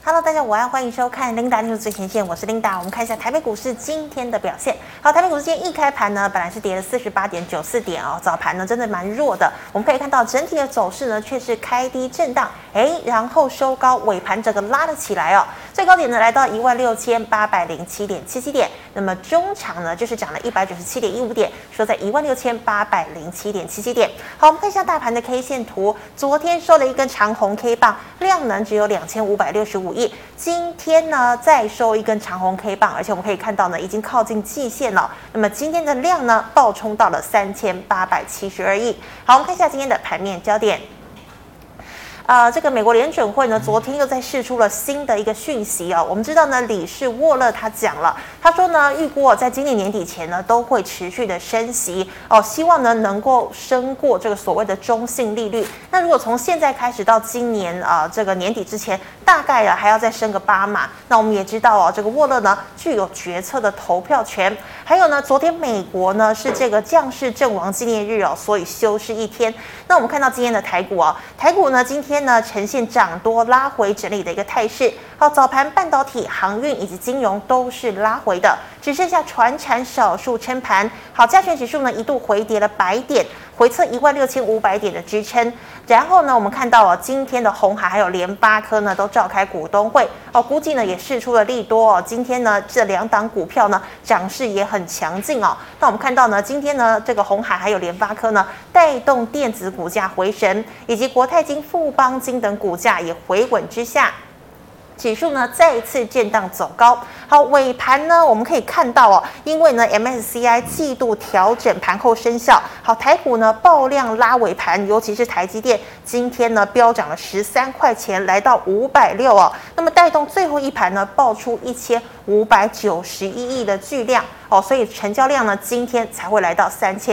Hello， 大家午安，欢迎收看 Linda News 最前线，我是 Linda。我们看一下台北股市今天的表现。好，台北股市今天一开盘呢，本来是跌了48.94点哦，早盘呢真的蛮弱的。我们可以看到整体的走势呢，却是开低震荡，然后收高，尾盘整个拉了起来哦。最高点呢来到16807.77点，那么中场呢就是涨了197.15点，收在16807.77点。好，我们看一下大盘的 K 线图，昨天收了一根长红 K 棒，量能只有2565亿，今天呢再收一根长红 K 棒，而且我们可以看到呢已经靠近季线了。那么今天的量呢暴冲到了3872亿。好，我们看一下今天的盘面焦点。这个美国联准会呢，昨天又在释出了新的一个讯息哦。我们知道呢，理事沃勒他讲了，他说呢，预估在今年年底前呢，都会持续的升息哦，希望呢能够升过这个所谓的中性利率。那如果从现在开始到今年这个年底之前，大概还要再升个8码。那我们也知道哦，这个沃勒呢具有决策的投票权。还有呢，昨天美国呢是这个将士阵亡纪念日哦，所以休市一天。那我们看到今天的台股哦，台股呢今天呢呈现涨多拉回整理的一个态势。好，早盘半导体、航运以及金融都是拉回的，只剩下传产少数撑盘。好，加权指数呢一度回跌了100点，回测16500点的支撑。然后呢，我们看到哦，今天的鸿海还有联发科呢都召开股东会哦，估计呢也释出了利多哦。今天呢这2档股票呢涨势也很强劲哦。那我们看到呢，今天呢这个鸿海还有联发科呢带动电子股价回神，以及国泰金、富邦金等股价也回稳之下。指数呢再一次震荡走高。好，尾盘呢我们可以看到哦，因为呢 MSCI 季度调整盘后生效，好，台股呢爆量拉尾盘，尤其是台积电今天呢飙涨了13块钱，来到560哦。那么带动最后一盘呢爆出1591亿的巨量哦，所以成交量呢今天才会来到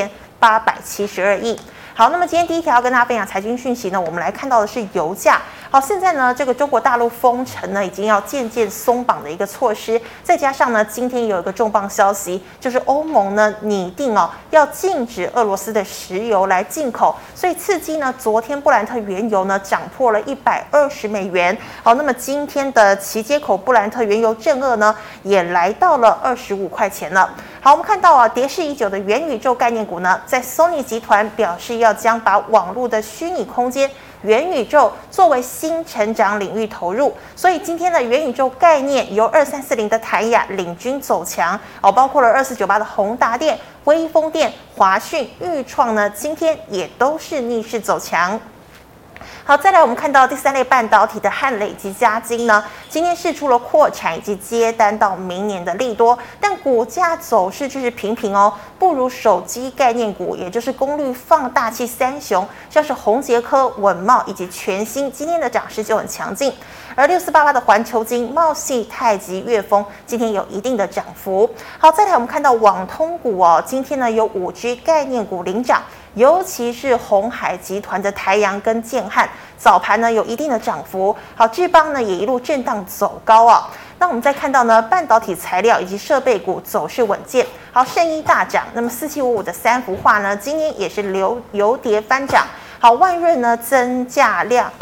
3872亿。好，那么今天第一条要跟大家分享财经讯息呢，我们来看到的是油价。好，现在呢，这个中国大陆封城呢，已经要渐渐松绑的一个措施，再加上呢，今天有一个重磅消息，就是欧盟呢拟定要禁止俄罗斯的石油来进口，所以刺激呢，昨天布兰特原油呢涨破了120美元。好，那么今天的期街口布兰特原油正二呢，也来到了25块钱了。好，我们看到跌势已久的元宇宙概念股呢，在 Sony 集团表示要将把网络的虚拟空间元宇宙作为新成长领域投入，所以今天的元宇宙概念由2340的台亚领军走强哦，包括了2498的宏达电、威风电、华讯、裕创呢，今天也都是逆势走强。好，再来我们看到第3类半导体的汉磊及嘉晶呢，今天释出了扩产以及接单到明年的利多，但股价走势就是平平哦，不如手机概念股，也就是功率放大器三雄，像是宏捷科、稳懋以及全新，今天的涨势就很强劲。而6488的环球晶、茂系、太极、粤丰今天有一定的涨幅。好，再来我们看到网通股哦，今天呢有5G 概念股领涨，尤其是鸿海集团的台阳跟建汉，早盘呢有一定的涨幅。好，智邦呢也一路震荡走高啊。那我们再看到呢，半导体材料以及设备股走势稳健。好，圣一大涨，那么4755的三幅画呢，今天也是由跌翻涨。好，万润呢增价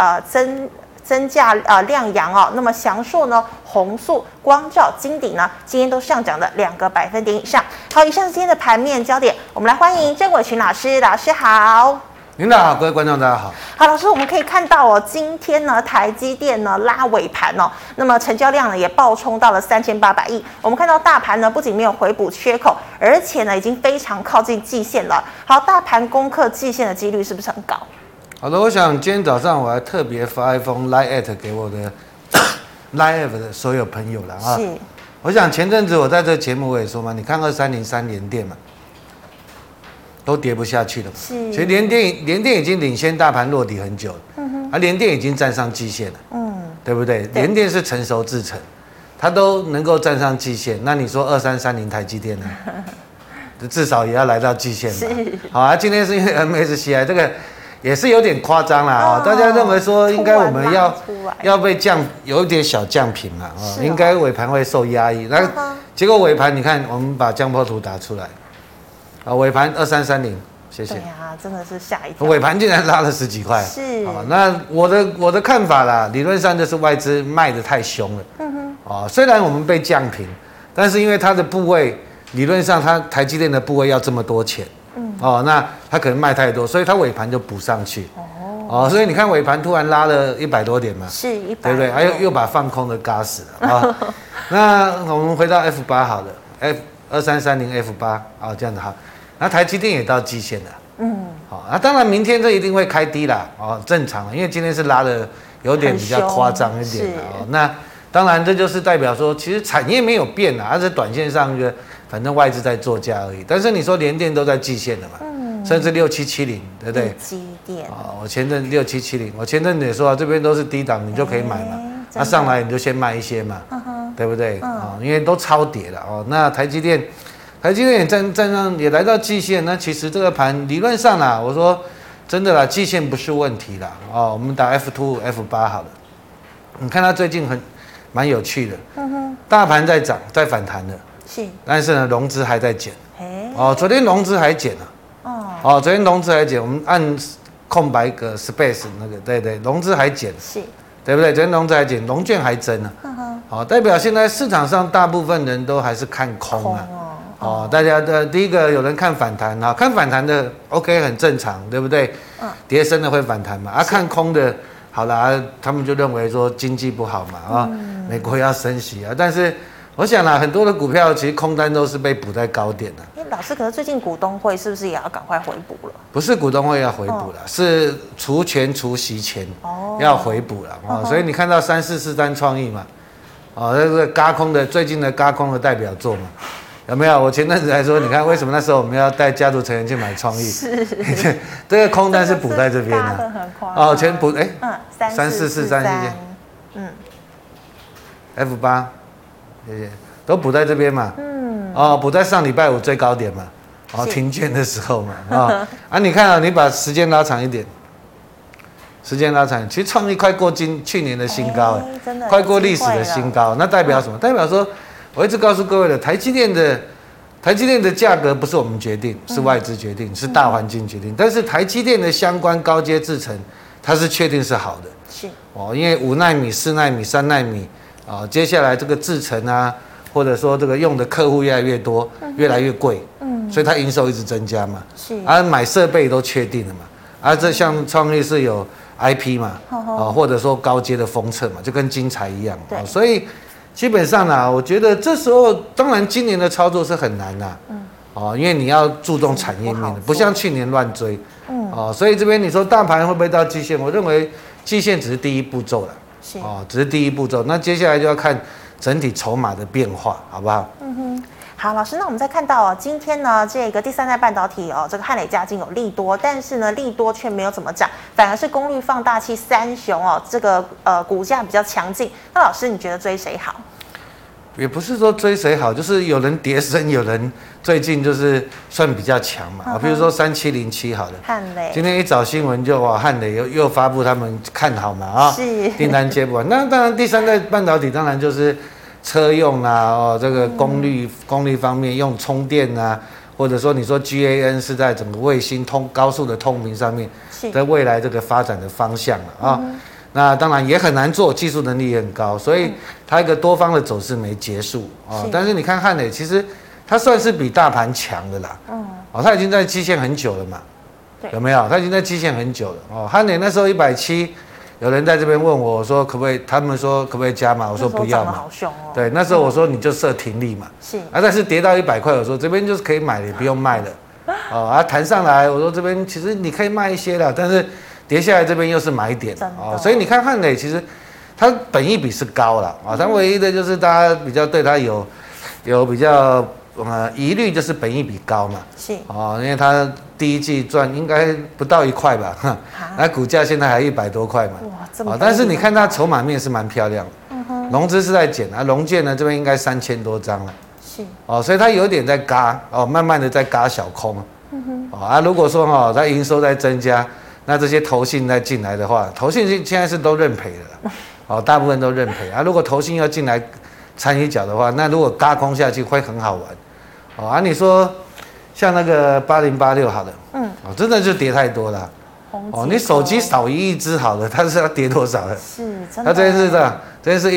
量扬哦，那么祥硕呢、宏塑、光照、金鼎呢，今天都上涨了2个百分点以上。好，以上是今天的盘面焦点，我们来欢迎郑伟群老师，老师好。 领导好，各位观众大家好。 好，老师，我们可以看到哦，今天呢，台积电呢拉尾盘哦，那么成交量呢也暴冲到了3800亿。我们看到大盘呢不仅没有回补缺口，而且呢已经非常靠近季线了。好，大盘攻克季线的几率是不是很高？ 好的，我想今天早上我还特别发一封 Line@ 给我的 Line@ 的所有朋友了啊。是。我想前阵子我在这个节目我也说嘛，你看2303联电嘛，都跌不下去了嘛。是。其实联电已经领先大盘落底很久了，联电已经站上季线了，对不对？联电是成熟制程，它都能够站上季线，那你说2330台积电呢？至少也要来到季线吧。好啊，今天是因为 MSCI 这个。也是有点夸张啦，大家认为说应该我们要被有一点小降频啦，应该尾盘会受压抑，那结果尾盘你看我们把江波图打出来，尾盘2330 谢谢。 对啊，真的是吓一跳。 尾盘竟然拉了10几块。 是。 那我的看法啦，理论上就是外资卖得太凶了。虽然我们被降平，但是因为它的部位理论上它台积电的部位要这么多钱，那它可能卖太多，所以它尾盘就补上去。所以你看尾盘突然拉了100多点嘛， 是100， 对不对？又把放空的嘎死了啊。那我们回到 F8好了，2330 F8 啊，这样子好。那台积电也到季线了，那当然明天这一定会开低啦，正常，因为今天是拉的有点比较夸张一点的那当然这就是代表说，其实产业没有变啊，而是短线上反正外资在做价而已。但是你说联电都在季线了嘛，甚至6770，对不对？ 基电我前阵6770，我前阵也说这边都是低档，你就可以买嘛。那上来你就先卖一些嘛，对不对？因为都超跌了那台积电也站上也来到季线，那其实这个盘理论上啦，我说真的啦，季线不是问题啦。我们打 F2、F8 好了，你看它最近蛮有趣的，大盘在涨，在反弹的，是，但是呢，融资还在减。昨天融资还减了。昨天融资还减，我们按空白格 space 那个，对，融资还减，是，对不对？昨天融资还减，融券还增了。代表现在市场上大部分人都还是看空啊。大家的第一个有人看反弹看反弹的 OK 很正常，对不对？跌深的会反弹嘛。看空的，好啦，他们就认为说经济不好嘛美国要升息但是我想啦，很多的股票其实空单都是被补在高点的。 老师，可是最近股东会是不是也要赶快回补了？ 不是股东会要回补了，是除权除息前要回补了所以你看到3443创意嘛，那个轧空的最近的轧空的代表作嘛，有没有？我前阵子还说，你看为什么那时候我们要带家族成员去买创意？是，这个空单是补在这边的。全补3443谢谢。F8。谢谢，都补在这边嘛，补在上礼拜五最高点嘛，停券的时候嘛，你看你把时间拉长一点，其实创意快过去年的新高快过历史的新高，那代表什么？代表说，我一直告诉各位的，台积电的价格不是我们决定，是外资决定，是大环境决定，但是台积电的相关高阶制程，它是确定是好的，是因为5奈米、4奈米、3奈米。接下来这个制程或者说这个用的客户越来越多，越来越贵，所以它营收一直增加嘛。是。买设备都确定了嘛。这像创意是有 IP 嘛，或者说高阶的封测嘛，就跟精材一样。所以基本上我觉得这时候当然今年的操作是很难因为你要注重产业面的，不像去年乱追。所以这边你说大盘会不会到季线？我认为季线只是第一步骤了。只是第一步骤，那接下来就要看整体筹码的变化，好不好？ 好，老师，那我们再看到今天呢，这个第三代半导体这个汉磊嘉晶有利多，但是呢，利多却没有怎么涨，反而是功率放大器三雄这个股价比较强劲。那老师，你觉得追谁好？ 也不是说追谁好，就是有人跌深，有人最近就是算比较强嘛。比如说3707好了， 汉磊今天一早新闻就汉磊又发布他们看好嘛是订单接不完。那当然第三代半导体当然就是车用这个功率方面用充电或者说你说 GaN 是在整个卫星高速的通频上面，在未来这个发展的方向那当然也很难做，技术能力也很高，所以它一个多方的走势没结束但是你看汉磊，其实它算是比大盘强的啦。它已经在季线很久了嘛，有没有？它已经在季线很久了汉磊那时候170，有人在这边问我说可不可以？他们说可不可以加码？我说不要嘛。 好凶对，那时候我说你就设停利嘛。是。但是跌到100块，我说这边就是可以买的，也不用卖了。弹上来，我说这边其实你可以卖一些了，但是。跌下来这边又是买点所以你看汉磊其实它本益比是高了它唯一的就是大家比较对它有比较疑虑，就是本益比高嘛，是因为它第一季赚应该不到1块吧，那股价现在还100多块嘛，哇，但是你看它筹码面是蛮漂亮的，融资是在减融券呢这边应该3000多张了，是所以它有点在嘎慢慢的在嘎小空如果说它营收在增加。那这些投信再进来的话，投信现在是都认赔的大部分都认赔如果投信要进来掺一脚的话，那如果轧空下去会很好玩你说像那个8086好了哦，真的就跌太多了。哦，你手机少1亿只好了，它是要跌多少了？ 是真的。它这边是这样，这边是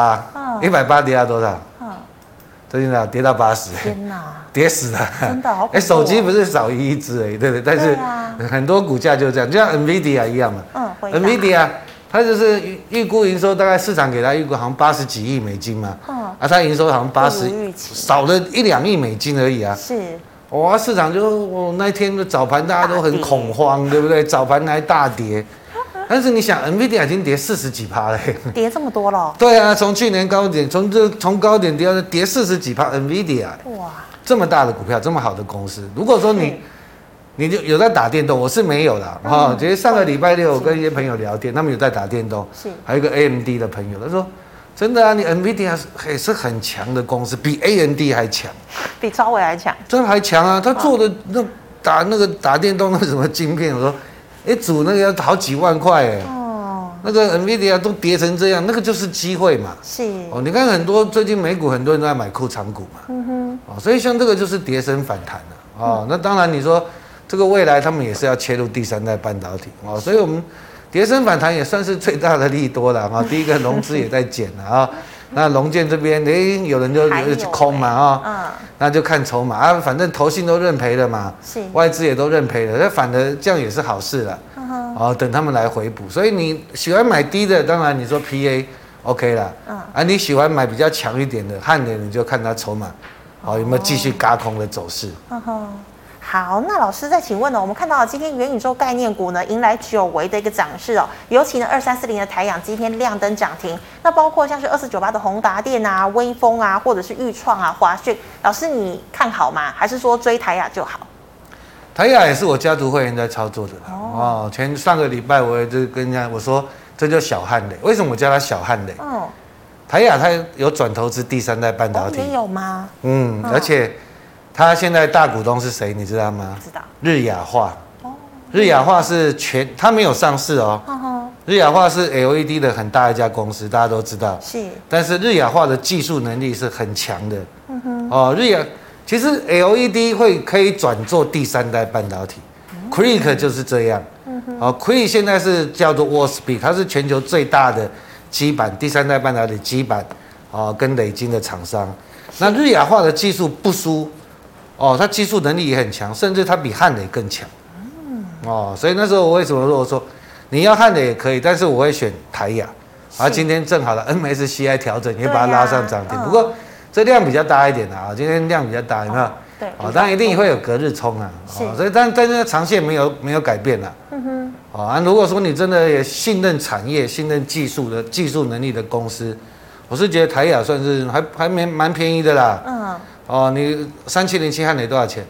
180，180跌到多少？最近跌到80。 天哪， 跌死了！ 真的好恐怖。 手机不是少1亿只而已，对不对？但是很多股价就这样，就像 NVIDIA 一样嘛。NVIDIA 它就是预估营收，大概市场给它预估好像80几亿美金嘛。它营收好像80，少了1-2亿美金而已啊。 是。 哇，市场就那一天的早盘大家都很恐慌，对不对？早盘还大跌。但是你想 ，NVIDIA 已经跌40几%了， 跌这么多了？ 对啊，从去年高点，从高点跌40几%，NVIDIA 哇，这么大的股票，这么好的公司，如果说你就有在打电动，我是没有啦。其实上个礼拜六我跟一些朋友聊天，他们有在打电动，是还有一个 AMD 的朋友，他说真的啊，你 NVIDIA 也是很强的公司，比 AMD 还强， 比超微还强， 真的还强啊！他做的打电动那个什么晶片，我说。组那个要好几万块哎，那个 NVIDIA 都跌成这样，那个就是机会嘛。是你看很多最近美股很多人都在买库藏股嘛，所以像这个就是跌升反弹了那当然你说这个未来他们也是要切入第3代半导体所以我们跌升反弹也算是最大的利多了第一个融资也在减了那龙建这边有人就空嘛那就看筹码反正投信都认赔了嘛，外资也都认赔了，那反而这样也是好事了等他们来回补。所以你喜欢买低的，当然你说 PA OK 啦，你喜欢买比较强一点的汉磊，你就看它筹码有没有继续轧空的走势。 好，那老师再请问呢？我们看到今天元宇宙概念股呢迎来久违的一个涨势尤其呢2340的台阳今天亮灯涨停，那包括像是2498的宏达电啊、威锋啊，或者是裕创啊、华讯，老师你看好吗？还是说追台亚就好？ 台亚也是我家族会员在操作的上个礼拜我也就跟人家我说这叫小汉磊，为什么我叫它小汉磊？台亚它有转投资第3代半导体， 也有吗？ 而且。他现在大股东是谁？你知道吗？ 知道。 日亚化。日亚化是他没有上市日亚化是 LED 的很大一家公司，大家都知道。是。但是日亚化的技术能力是很强的。其实 LED 可以转做第3代半导体，Cree 就是这样。Cree 现在是叫做 Wolfspeed， 它是全球最大的基板第3代半导体基板跟磊晶的厂商。那日亚化的技术不输。它技术能力也很强，甚至它比汉磊更强。所以那时候我为什么说你要汉磊也可以，但是我会选台亚。今天正好了 MSCI 调整也把它拉上涨停，不过这量比较大一点今天量比较大，有没有？对。当然一定会有隔日冲所以但是长线没有改变了。如果说你真的也信任产业、信任技术能力的公司，我是觉得台亚算是还蛮便宜的啦。你3707汉磊多少钱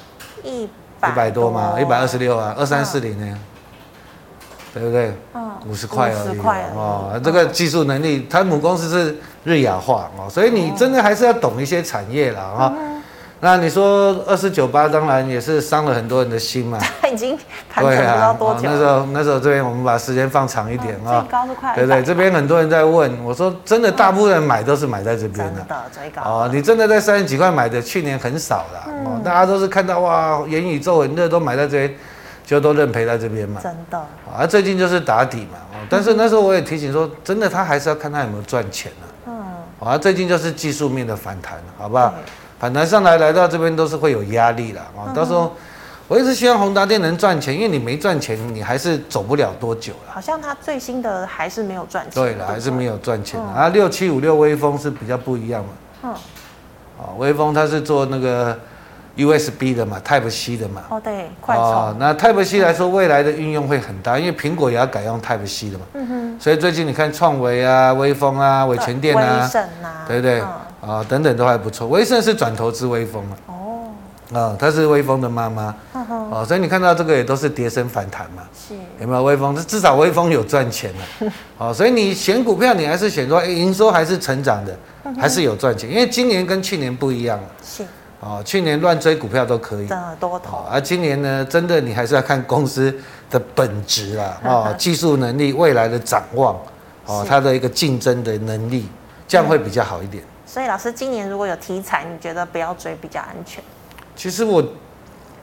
？100多吗？126啊，2340呢，对不对？50块而已这个技术能力，它母公司是日亚化所以你真的还是要懂一些产业啦那你说2498当然也是伤了很多人的心嘛， 它已经盘整不知道多久那时候这边我们把时间放长一点最高都快对对，这边很多人在问我说，真的大部分人买都是买在这边的， 真的最高你真的在30几块买的，去年很少啦大家都是看到哇元宇宙很热都买在这边，就都认赔在这边嘛， 真的最近就是打底嘛但是那时候我也提醒说，真的他还是要看他有没有赚钱最近就是技术面的反弹好不好？反弹上来到这边都是会有压力啦到时候我一直希望宏达电能赚钱，因为你没赚钱，你还是走不了多久啦。 好像他最新的还是没有赚钱。 对了，还是没有赚钱6756威锋是比较不一样嘛。威锋它是做那个 USB 的嘛 ，Type C 的嘛。 对，快充。 那 Type C 来说，未来的运用会很大，因为苹果也要改用 Type C 的嘛。所以最近你看创维啊、威锋啊、伟全电啊， 威盛对不对？等等都还不错。威盛是转投资威锋嘛。它是威锋的妈妈。所以你看到这个也都是跌升反弹嘛。是。有没有威锋？至少威锋有赚钱了。所以你选股票，你还是选说，营收还是成长的，还是有赚钱。因为今年跟去年不一样了。是。去年乱追股票都可以， 多头。 今年呢，真的你还是要看公司的本质啦，技术能力、未来的展望，它的一个竞争的能力，这样会比较好一点。 所以老师，今年如果有题材，你觉得不要追比较安全？ 其实我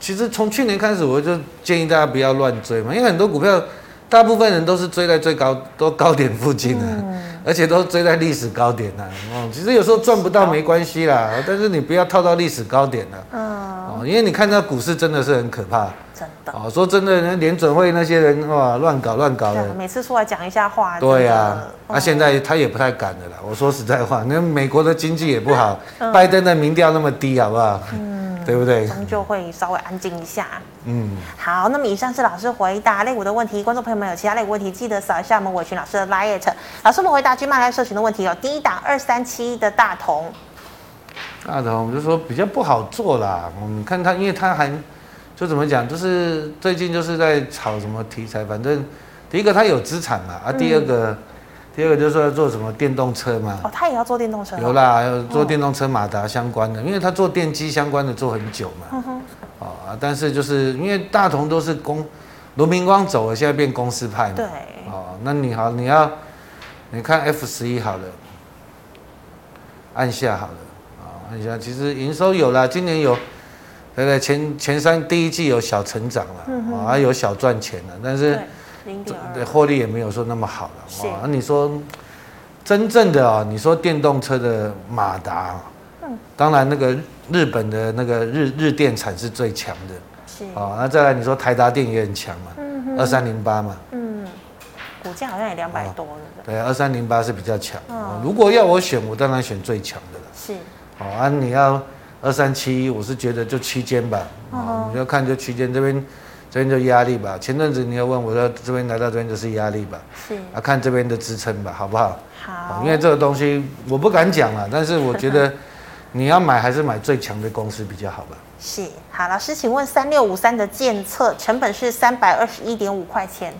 其实从去年开始，我就建议大家不要乱追嘛，因为很多股票，大部分人都是追在最高点附近的，而且都追在历史高点呐。其实有时候赚不到没关系啦，但是你不要套到历史高点了。因为你看到股市真的是很可怕。真的。说真的，联准会那些人哇，乱搞的。 每次出来讲一下话。 对呀。现在他也不太敢了啦。我说实在话，那美国的经济也不好，拜登的民调那么低，好不好？对不对？ 终究会稍微安静一下。好，那么以上是老师回答类股的问题，观众朋友们有其他类股问题，记得扫一下我们伟群老师的 LINE。老师，我们回答君麦来社群的问题哦。第一档2371的大同。 大同就说比较不好做啦。你看他，因为他还就怎么讲，就是最近就是在炒什么题材，反正第一个他有资产嘛，第二个就是说要做什么电动车嘛。 他也要做电动车。 有啦，有做电动车马达相关的，因为他做电机相关的做很久嘛。但是就是因为大同都是罗明光走了，现在变公司派嘛。 对。 那你看 F11好了，按下好了。按下，其实营收有啦，今年有，对不对？前第一季有小成长了，还有小赚钱了，但是获利也没有说那么好了。那你说真正的你说电动车的马达，当然那个日本的那个日电产是最强的，是那再来你说台达电也很强嘛，2308嘛， 股价好像也200多了。 对，2308是比较强。如果要我选，我当然选最强的了。是。你要2371，我是觉得就区间吧。你要看就区间这边就压力吧。前阵子你要问我说这边来到这边就是压力吧。是。看这边的支撑吧，好不好？好。因为这个东西我不敢讲了，但是我觉得你要买还是买最强的公司比较好吧。 是。好，老师，请问3653的建测成本是321.5块钱。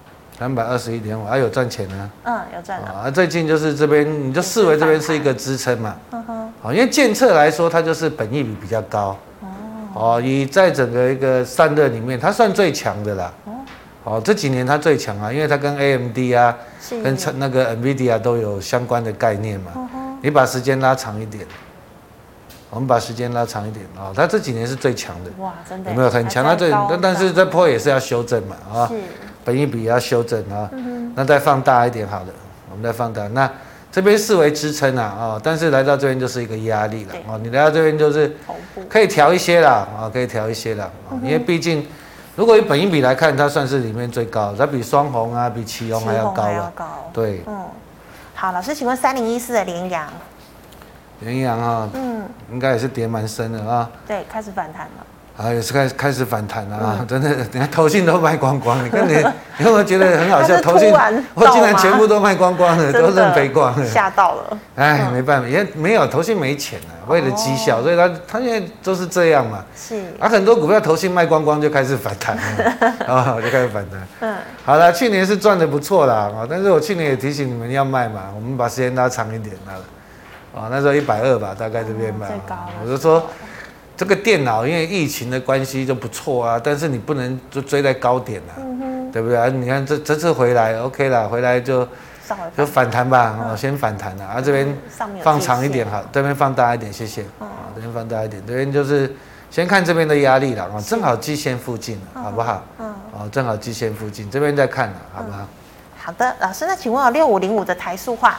321.5，有赚钱呢。 有赚了。 最近就是这边，你就视为这边是一个支撑嘛。因为建测来说，它就是本益比比较高。以在整个一个散热里面，它算最强的啦。这几年它最强啊，因为它跟 AMD 啊，跟那个 NVIDIA 都有相关的概念嘛。你把时间拉长一点，我们把时间拉长一点它这几年是最强的。哇，真的有没有很强？但是这波也是要修正嘛是。本益比也要修正那再放大一点好了，我们再放大。那这边视为支撑但是来到这边就是一个压力了你来到这边就是可以调一些啦可以调一些啦因为毕竟如果以本益比来看，它算是里面最高，它比双红比奇鋐还要高了。对， 好，老师，请问3014的联阳。 联阳应该也是跌蛮深的对，开始反弹了。 也是开始反弹真的，你看投信都卖光光，你看你有没有觉得很好笑？投信我竟然全部都卖光光了，都认赔光了， 吓到了。 没办法，也没有投信没钱为了绩效，所以他现在都是这样嘛。是。很多股票投信卖光光就开始反弹了，就开始反弹。好了，去年是赚得不错啦但是我去年也提醒你们要卖嘛，我们把时间拉长一点那时候120吧，大概这边卖。我就说。这个电脑因为疫情的关系就不错但是你不能就追在高点对不对你看这次回来 OK 啦，回来就反弹吧先反弹这边放长一点好，这边放大一点，谢谢这边放大一点，这边就是先看这边的压力了正好季线附近好不好正好季线附近，这边再看好不好？ 好的，老师，那请问6505的台塑化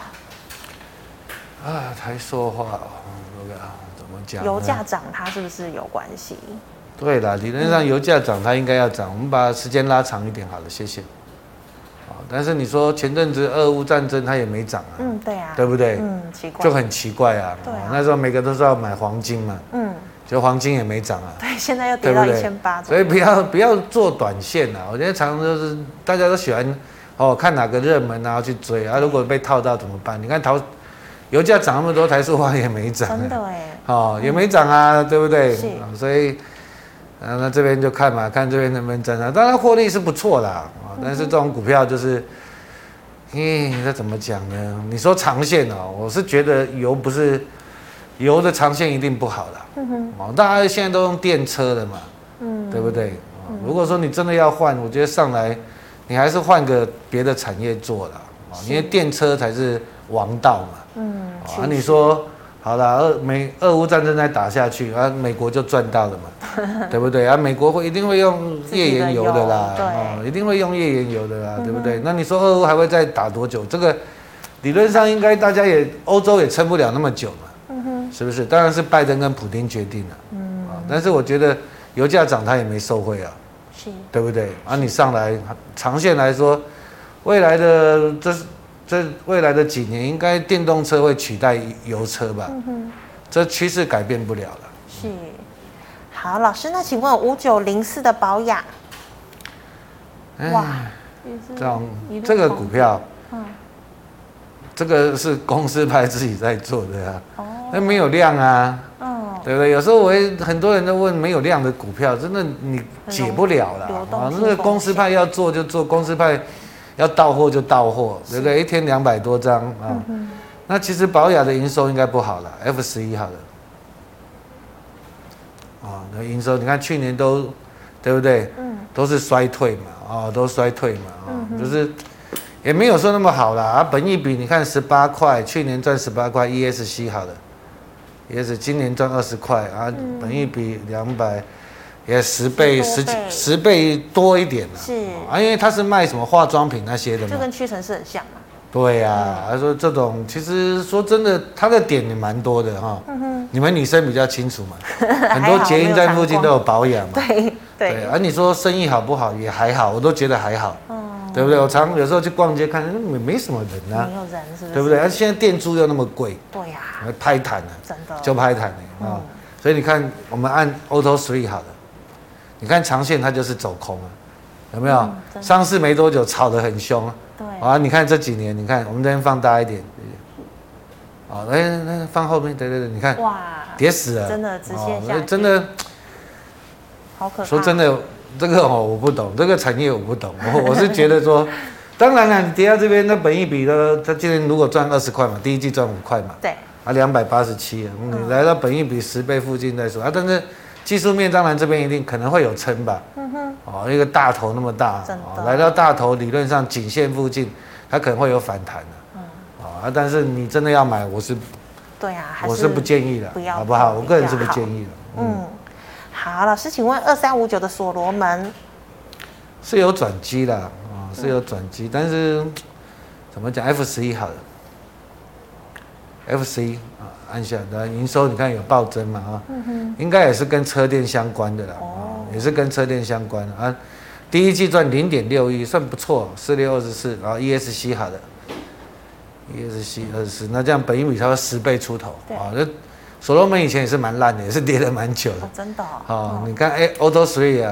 台塑化油价涨，它是不是有关系？ 对啦，理论上油价涨，它应该要涨。我们把时间拉长一点好了，谢谢。但是你说前阵子俄乌战争它也没涨对啊， 对不对？ 奇怪， 就很奇怪那时候每个都是要买黄金嘛，就黄金也没涨对，现在又跌到1800， 所以不要做短线我觉得常常就是大家都喜欢看哪个热门去追如果被套到怎么办？你看油价涨那么多，台塑化也没涨， 真的也没涨对不对？所以，那这边就看嘛，看这边能不能增当然获利是不错啦，但是这种股票就是，这怎么讲呢？你说长线我是觉得油的长线一定不好啦。大家现在都用电车了嘛，对不对？如果说你真的要换，我觉得上来你还是换个别的产业做啦，因为电车才是王道嘛。你说好了，俄乌战争再打下去美国就赚到了嘛。 对不对啊？美国一定会用页岩油的啦， 对， 一定会用页岩油的啦，对不对？那你说俄乌还会再打多久？这个理论上应该大家欧洲也撑不了那么久嘛，是不是？当然是拜登跟普丁决定了，但是我觉得油价涨他也没受惠啊，对不对？啊，你上来长线来说，未来的未来的几年，应该电动车会取代油车吧？这趋势改变不了了。 是，好，老师，那请问5904的宝雅， 哇，这个股票，这个是公司派自己在做的啊，那没有量啊，对不对？有时候很多人都问，没有量的股票，真的你解不了啦。啊，那个公司派要做就做，公司派要到货就到货，对不对？一天200多张啊。那其实宝雅的营收应该不好了 ，F11好了。啊，那营收你看去年都，对不对？都是衰退嘛，都衰退嘛，就是也没有说那么好啦。啊，本益比你看18块，去年赚18块 ，ESC 好了，ES 今年赚20块啊，本益比200，也10倍多一点了。是啊，因为它是卖什么化妆品那些的嘛， 就跟屈臣氏很像嘛。 对呀，他说这种其实说真的，它的点也蛮多的哈。你们女生比较清楚嘛，很多捷运站附近都有保养嘛。对。而你说生意好不好也还好，我都觉得还好。对不对？我有时候去逛街看，没什么人啊。 没有人是不是？ 对不对？现在店租又那么贵。 对呀。 拍坦了。 真的。 就拍坦了啊。所以你看，我们按 Auto 3好了，你看长线它就是走空了，有没有？上市没多久炒得很凶。对啊，你看这几年，你看我们这边放大一点，啊，那放后面，对，你看，哇，跌死了， 真的直线下， 真的， 好可怕。 说真的，这个我不懂，这个产业我不懂，我是觉得说，当然了，你跌到这边，那本益比呢，它今年如果赚20块嘛，第一季赚5块嘛，对，啊287，你来到本益比10倍附近再说啊，但是技术面当然这边一定可能会有撑吧。一个大头那么大，来到大头理论上颈线附近，它可能会有反弹的，但是你真的要买，我是不建议的，好不好？我个人是不建议的。 好，老师，请问2359的所罗门是有转机的是有转机，但是怎么讲 ？F11好了 ，F11按下，然营收你看有暴增嘛应该也是跟车电相关的啦，也是跟车电相关的啊。第一季赚0.6亿，算不错，4624，然后 ESC 好的 ，ESC 24，那这样本益比差不多10倍出头那所罗门以前也是蛮烂的，也是跌得蛮久的， 真的你看Auto 3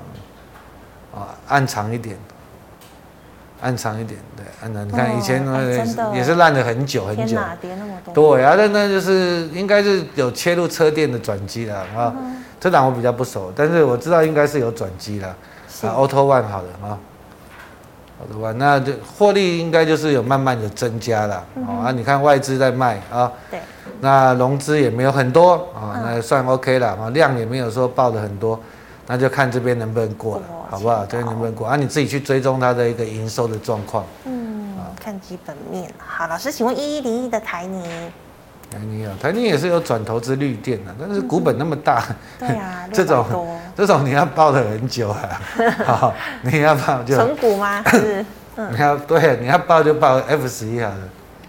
按长一点。按长一点，对，按长。你看以前也是烂了很久很久。 天哪，跌那么多。 对啊，那就是应该是有切入车电的转机了啊。这档我比较不熟，但是我知道应该是有转机了。Auto One 好的Auto One， 那就获利应该就是有慢慢有增加了你看外资在卖啊，对，那融资也没有很多那算 OK 了量也没有说爆的很多。那就看这边能不能过了，好不好？这边能不能过你自己去追踪它的一个营收的状况。 看基本面。好，老师，请问1101的台泥。 台泥也是有转投资绿电的，但是股本那么大， 对啊， 这种你要抱得很久好，你要抱就存股吗？是， 你要抱就抱 F11好了，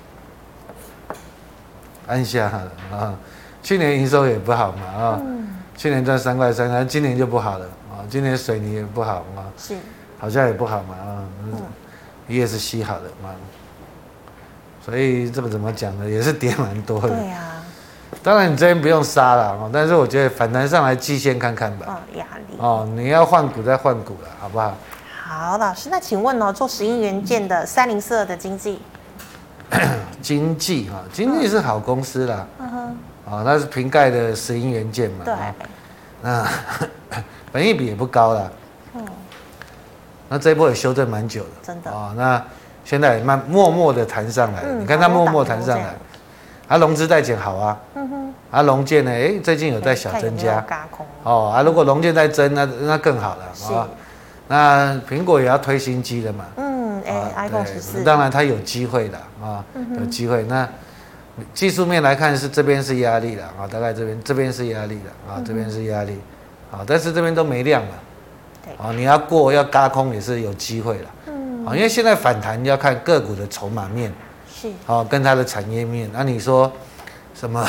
按下好了去年营收也不好嘛去年赚3块3，今年就不好了今年水泥也不好是，好像也不好嘛ESC 好的所以这个怎么讲呢？也是跌蛮多的。 对呀。 当然你这边不用杀了但是我觉得反弹上来季线看看吧。 压力。 你要换股再换股了，好不好？ 好，老师，那请问做石英元件的3042的经济。 经济是好公司啦。那是瓶盖的石英元件嘛。对。那本益比也不高啦。那这一波也修正蛮久的。真的。那现在也默默的弹上来，你看它默默弹上来，它融资在减好融件呢，最近有在小增加。如果融件在增，那更好了那苹果也要推新机了嘛 iPhone 14， 当然它有机会的有机会。那技术面来看是这边是压力了大概这边是压力了这边是压力好，但是这边都没量了， 对， 好，你要过要轧空也是有机会了，好，因为现在反弹要看个股的筹码面， 是， 好，跟它的产业面，那你说什么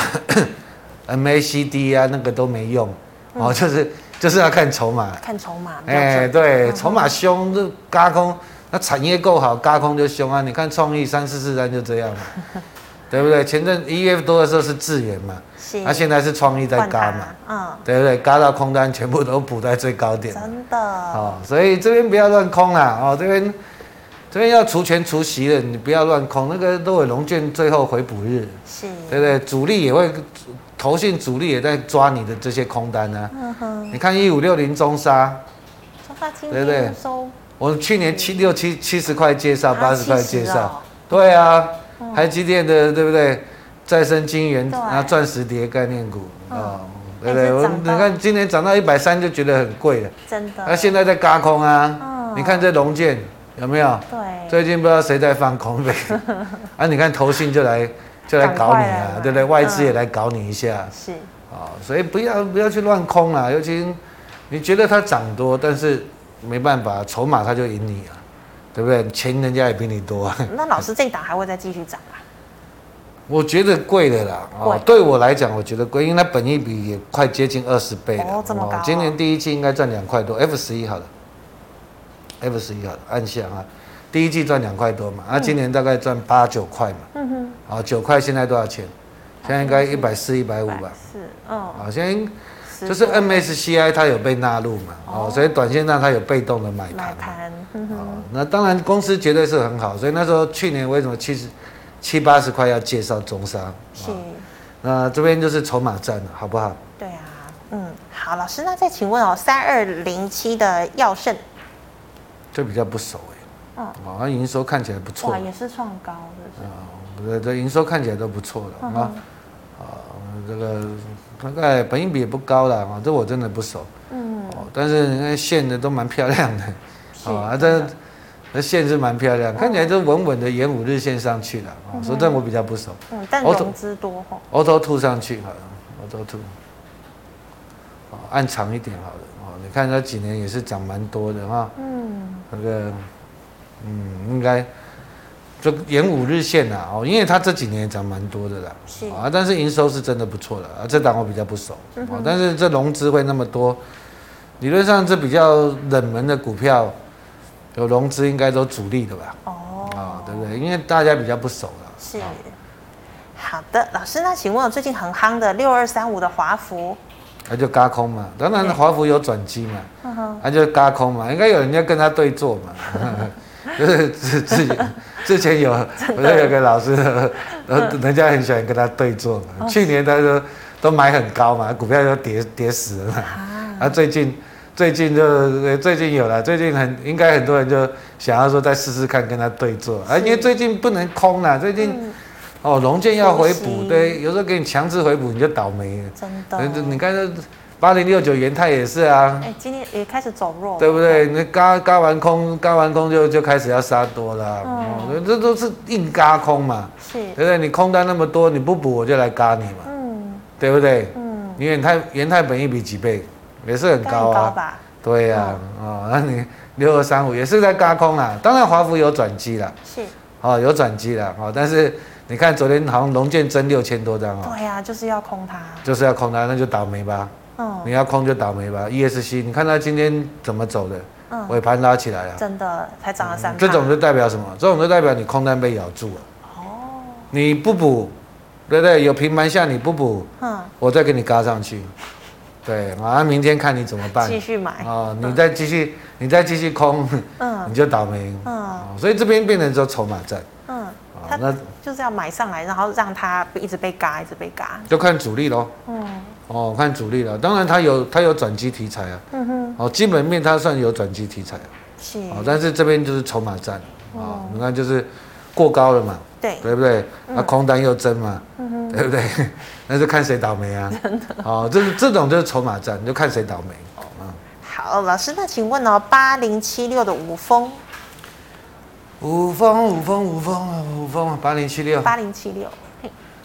MACD 啊，那个都没用，哦，就是要看筹码， 看筹码， 对，筹码凶就轧空，那产业够好，轧空就凶啊，你看创意3443就这样嘛。对不对？前阵1月多的时候是智原嘛，那现在是创意在轧嘛，对不对？轧到空单全部都补在最高点， 真的， 所以这边不要乱空啦，这边要除权除息了，你不要乱空，那个都有融券最后回补日， 是， 对不对？主力也会，投信主力也在抓你的这些空单啊，你看1560中沙， 对不对？ 我去年70块介绍，80块介绍，对啊。台积电的对不对？再生晶圆，然后钻石碟概念股对不对？你看今年涨到130就觉得很贵了， 真的。 那现在在轧空啊，你看这龙建有没有？ 对。 最近不知道谁在放空呗，你看投信就来搞你啊，对不对？外资也来搞你一下， 是。 所以不要去乱空啊，尤其你觉得它涨多，但是没办法，筹码它就赢你啊。对不对？钱人家也比你多啊。 那老师这一档还会再继续涨吗？ 我觉得贵的啦，对我来讲，我觉得贵，因为它本益比也快接近20倍了。 这么高。 今年第一季应该赚2块多 ，F11好了，F11好了，按下啊，第一季赚2块多嘛，今年大概赚8、9块嘛。好，9块现在多少钱？现在应该140、150吧。 是， 好，现在。就是 MSCI 它有被纳入嘛，所以短线上它有被动的买盘，那当然公司绝对是很好，所以那时候去年为什么70、80块要介绍中沙？是，那这边就是筹码战了，好不好？ 对啊，好，老师，那再请问3207的耀盛， 这比较不熟它营收看起来不错， 哇，也是创高的， 这营收看起来都不错了这个大概本益比也不高啦，这我真的不熟。但是那线的都蛮漂亮的，这线是蛮漂亮，看起来就稳稳的沿5日线上去了。所以这我比较不熟。 但融资多 Auto 2上去好了 ，Auto 2，按长一点好了。你看它几年也是涨蛮多的哈。那个，应该。就沿5日线啦，因为它这几年也涨蛮多的啦，但是营收是真的不错的这档我比较不熟，但是这融资会那么多，理论上这比较冷门的股票，有融资应该都主力的吧？对不对？因为大家比较不熟了。 是，好的，老师，那请问最近很夯的6235的华孚， 那就轧空嘛，当然华孚有转机嘛，那就轧空嘛，应该有人要跟他对坐嘛。就是之前我有个老师，人家很喜欢跟他对坐嘛。去年他说都买很高嘛，股票都跌死了嘛。最近有了，最近应该很多人就想要说再试试看跟他对坐因为最近不能空啦，最近融券要回补，对，有时候给你强制回补你就倒霉了。真的，你看这。8069元泰也是啊， 今天也开始走弱， 对不对？那轧完空就开始要杀多了，这都是硬轧空嘛，对不对？你空单那么多，你不补我就来轧你嘛，对不对？你元泰本益比几倍，也是很高啊，对呀，那你6235也是在轧空啦，当然华孚有转机啦，是，有转机啦，但是你看昨天好像龙建增6000多张对呀，就是要空它， 那就倒霉吧。你要空就倒霉吧 ，ESC， 你看它今天怎么走的？尾盘拉起来了， 真的才涨了3%。 这种就代表什么？这种就代表你空单被咬住了。你不补，对不对？有平盘下你不补，我再给你嘎上去。对，明天看你怎么办。 继续买你再继续空，你就倒霉。所以这边变成说筹码战。 那就是要买上来，然后让它一直被嘎， 就看主力咯。看主力了，当然它有转机题材啊，基本面它算有转机题材是，但是这边就是筹码战你看就是过高了嘛，对不对？空单又增嘛，对不对？那就看谁倒霉啊，这种就是筹码战，就看谁倒霉。 好，老师，那请问8076的五峰 8076，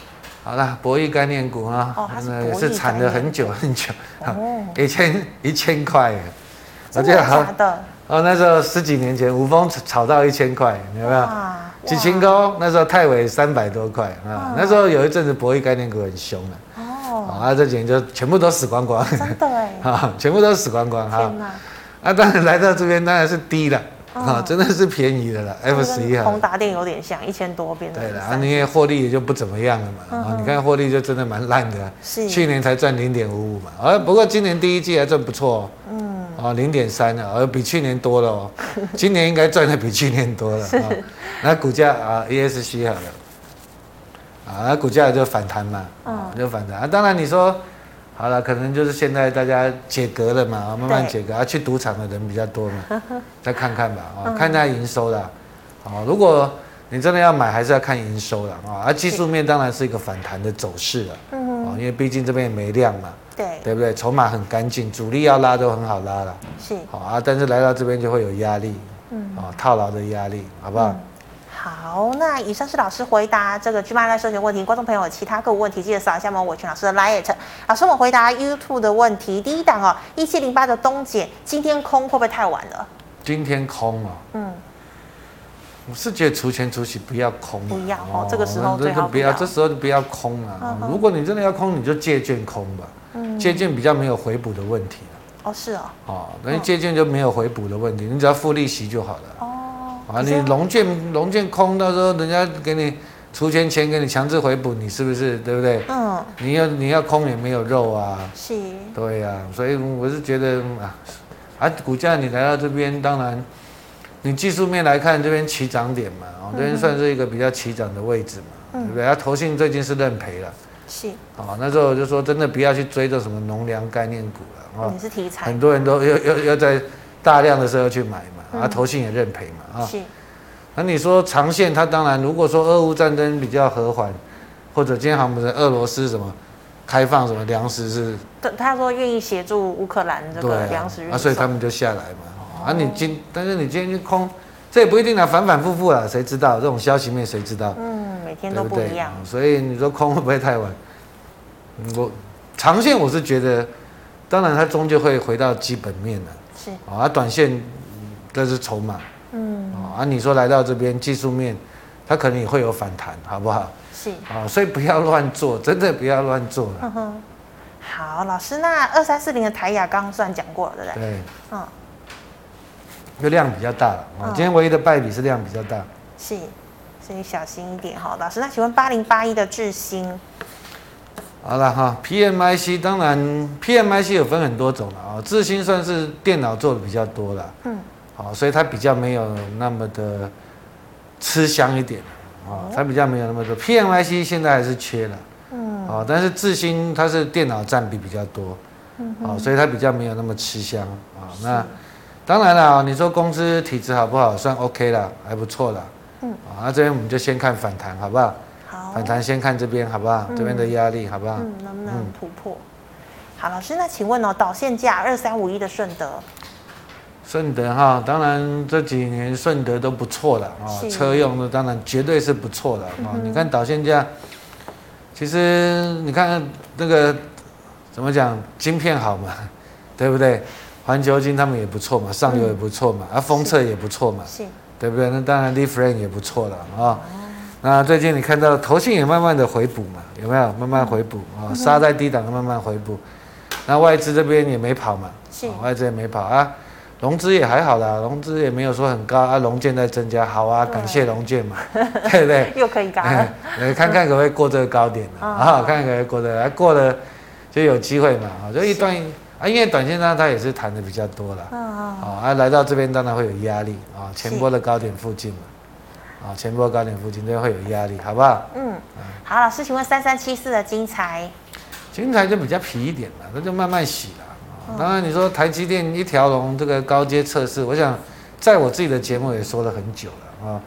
好了，博弈概念股啊，也是惨了很久很久，1000块， 真的假的？ 那时候10几年前，五峰炒到1000块，有没有？几千高，那时候泰伟300多块啊，那时候有一阵子博弈概念股很凶了，这几年就全部都死光光， 真的哎， 全部都死光光哈。当然来到这边当然是低了。真的是便宜的啦 ，F11 宏达电有点像1000多变的。 对了，因为获利也就不怎么样了嘛。你看获利就真的蛮烂的，去年才赚0.55嘛，不过今年第一季还赚不错哦，0.3了，比去年多了哦。今年应该赚的比去年多了。那股价ESC 好了，那股价就反弹嘛，就反弹。当然你说。好了，可能就是现在大家解隔了嘛，慢慢解隔，去赌场的人比较多嘛，再看看吧，看一下营收啦，如果你真的要买，还是要看营收啦，技术面当然是一个反弹的走势了，因为毕竟这边也没量嘛，对不对？筹码很干净，主力要拉都很好拉了，但是来到这边就会有压力，套牢的压力，好不好？ 好，那以上是老师回答这个GMoney Live社群问题，观众朋友有其他个股问题，记得扫一下伟群老师的 Line。老师，我回答 YouTube 的问题，第一档1708的东碱，今天空会不会太晚了？ 今天空我是觉得除权除息不要空， 不要这个时候最好不要， 这时候就不要空了。如果你真的要空，你就借券空吧，借券比较没有回补的问题是因为借券就没有回补的问题，你只要付利息就好了。你融券空，到时候人家给你除权钱给你强制回补，你是不是对不对？你要空也没有肉啊。 是。 对呀，所以我是觉得股价你来到这边，当然你技术面来看，这边起涨点嘛，这边算是一个比较起涨的位置嘛，对不对？投信最近是认赔了。是。那时候我就说，真的不要去追这什么农粮概念股了。 你是题材。 很多人都要在大量的时候去买嘛。投信也认赔嘛是，那你说长线，它当然如果说俄乌战争比较和缓，或者今天好像俄罗斯什么开放什么粮食是， 他说愿意协助乌克兰这个粮食运送， 所以他们就下来嘛。但是你今天去空，这也不一定啊，反反复复啊，谁知道这种消息面谁知道？ 每天都不一样。 所以你说空会不会太晚？长线我是觉得，当然它终究会回到基本面的。是短线。这是筹码，你说来到这边技术面，它可能也会有反弹，好不好？是所以不要乱做，真的不要乱做了。 好，老师，那2340的台亚刚刚算讲过了，对不对？ 对，就量比较大了。今天唯一的败笔是量比较大， 是，所以小心一点哈。老师，那请问8081的智新？ 好了哈 ，PMIC 当然 PMIC 有分很多种了智新算是电脑做的比较多了，所以它比较没有那么的吃香一点它比较没有那么多。PMIC 现在还是缺了，但是智新它是电脑占比比较多，所以它比较没有那么吃香那当然了，你说公司体质好不好？算 OK 了，还不错了，那这边我们就先看反弹，好不好？好，反弹先看这边，好不好？这边的压力，好不好？ 能不能突破？好，老师，那请问导线价2351的顺德。 顺德当然这几年顺德都不错了车用的当然绝对是不错的你看导线价，其实你看那个怎么讲，晶片好嘛，对不对？环球晶他们也不错嘛，上游也不错嘛，封测也不错嘛，对不对？那当然 Leadframe 也不错了那最近你看到投信也慢慢的回补嘛，有没有？慢慢回补杀在低档的慢慢回补。那外资这边也没跑嘛，外资也没跑融资也还好啦，融资也没有说很高融券在增加，好感谢融券嘛，对不对？ 又可以高了， 看看可不可以过这个高点看看可不可以过这个，过了就有机会嘛，就一段因为短线上它也是弹的比较多了，来到这边当然会有压力前波的高点附近嘛，前波高点附近这边会有压力，好不好？ 好，老师，请问3374的精材， 精材就比较皮一点了，那就慢慢洗了。当然，你说台积电一条龙这个高阶测试，我想在我自己的节目也说了很久了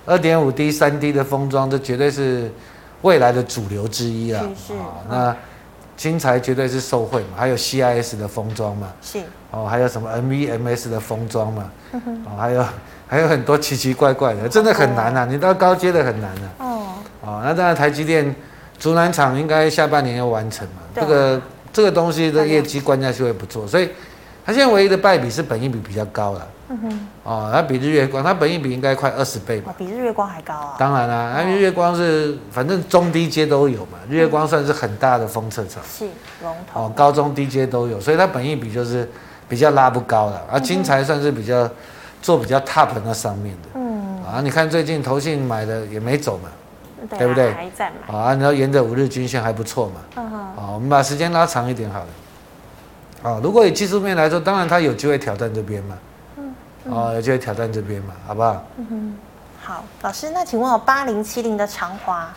2.5D、3D 的封装，这绝对是未来的主流之一啦。那精材绝对是受惠嘛，还有 CIS 的封装嘛，还有什么 NVMS 的封装嘛，还有很多奇奇怪怪的，真的很难你到高阶的很难那当然台积电竹南厂应该下半年要完成嘛，这个东西的业绩灌下去会不错，所以它现在唯一的败笔是本益比比较高了。它比日月光，它本益比应该快20倍吧？ 比日月光还高啊！ 当然啦，日月光是反正中低阶都有嘛，日月光算是很大的封测厂， 是龙头高中低阶都有，所以它本益比就是比较拉不高了。精材算是比较 top 那上面的，你看最近投信买的也没走嘛。对不对？ 还在嘛？ 你要沿着5日均线还不错嘛。我们把时间拉长一点好了。如果以技术面来说，当然它有机会挑战这边嘛。有机会挑战这边嘛，好不好？ 好，老师，那请问8070的长华，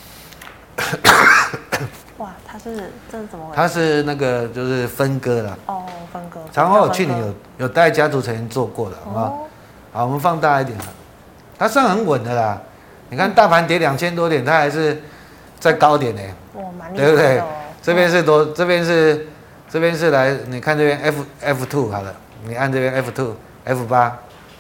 哇，这是怎么回事？ 它是那个就是分割啦。 分割。 长华我去年有带家族成员做过的，好不好？好，我们放大一点，它算很稳的啦。你看大盘跌2000多点，它还是在高点呢，对不对？这边是多，这边是来，你看这边 F2 好了，你按这边 F2、F8，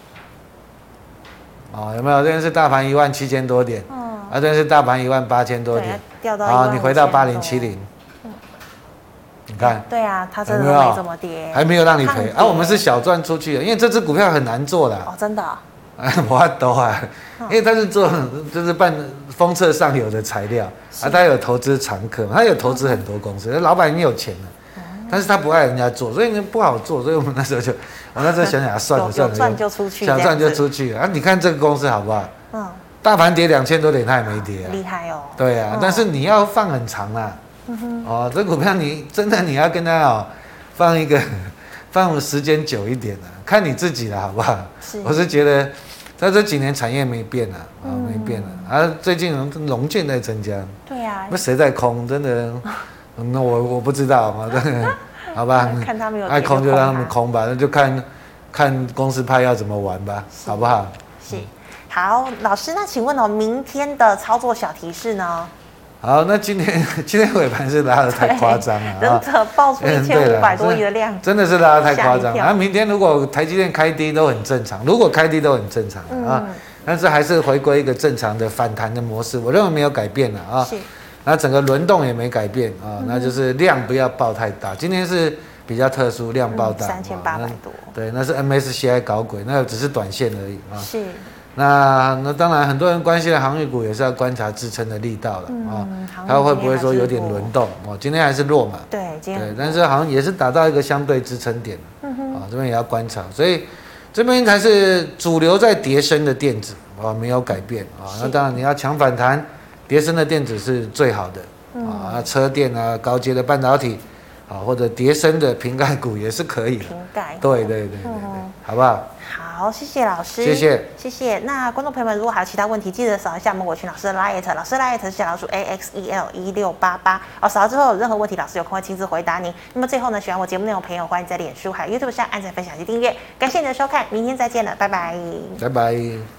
有没有？这边是大盘17000多点，这边是大盘18000多点， 掉到你回到8070，你看， 对啊，它真的没怎么跌， 还没有让你赔我们是小赚出去的，因为这只股票很难做的， 真的。 我懂啊，因为他是做就是办封测上游的材料他有投资常客，他有投资很多公司，老板很有钱了，但是他不爱人家做，所以不好做，所以我那时候想想算了， 想赚就出去， 想赚就出去你看这个公司好不好？大盘跌2000多点，它也没跌厉害哦。 对啊，但是你要放很长啦，这股票你要跟他放时间久一点看你自己了，好不好？我是觉得。在这几年产业没变没变最近融券在增加。 对啊。 那谁在空？真的，那我不知道好吧？ 看他们有爱空就让他们空吧，那就看公司派要怎么玩吧，好不好？ 是。好，老师，那请问明天的操作小提示呢？ 好，那今天尾盘是拉得太夸张了真的爆出1500多亿的量， 真的是拉得太夸张。明天如果台积电开低都很正常，如果开低都很正常但是还是回归一个正常的反弹的模式，我认为没有改变了那整个轮动也没改变那就是量不要爆太大。今天是比较特殊，量爆大 ，3800多， 对，那是 MSCI 搞鬼，那只是短线而已是。 那当然，很多人关心的航运股也是要观察支撑的力道了它会不会说有点轮动今天还是弱嘛？ 对， 但是好像也是达到一个相对支撑点这边也要观察，所以这边才是主流在跌升的电子没有改变那当然你要抢反弹，跌升的电子是最好的车电高阶的半导体或者跌升的瓶盖股也是可以的， 瓶盖， 对，好不好？ 好，谢谢老师，谢谢。那观众朋友们，如果还有其他问题，记得扫一下我群老师的 LINE， 老师 LINE 是小老鼠 AXEL1688扫了之后有任何问题，老师有空会亲自回答您。那么最后呢，喜欢我节目内容的朋友，欢迎在脸书还有 YouTube 上按赞、分享及订阅。感谢你的收看，明天再见了，拜拜， 拜拜。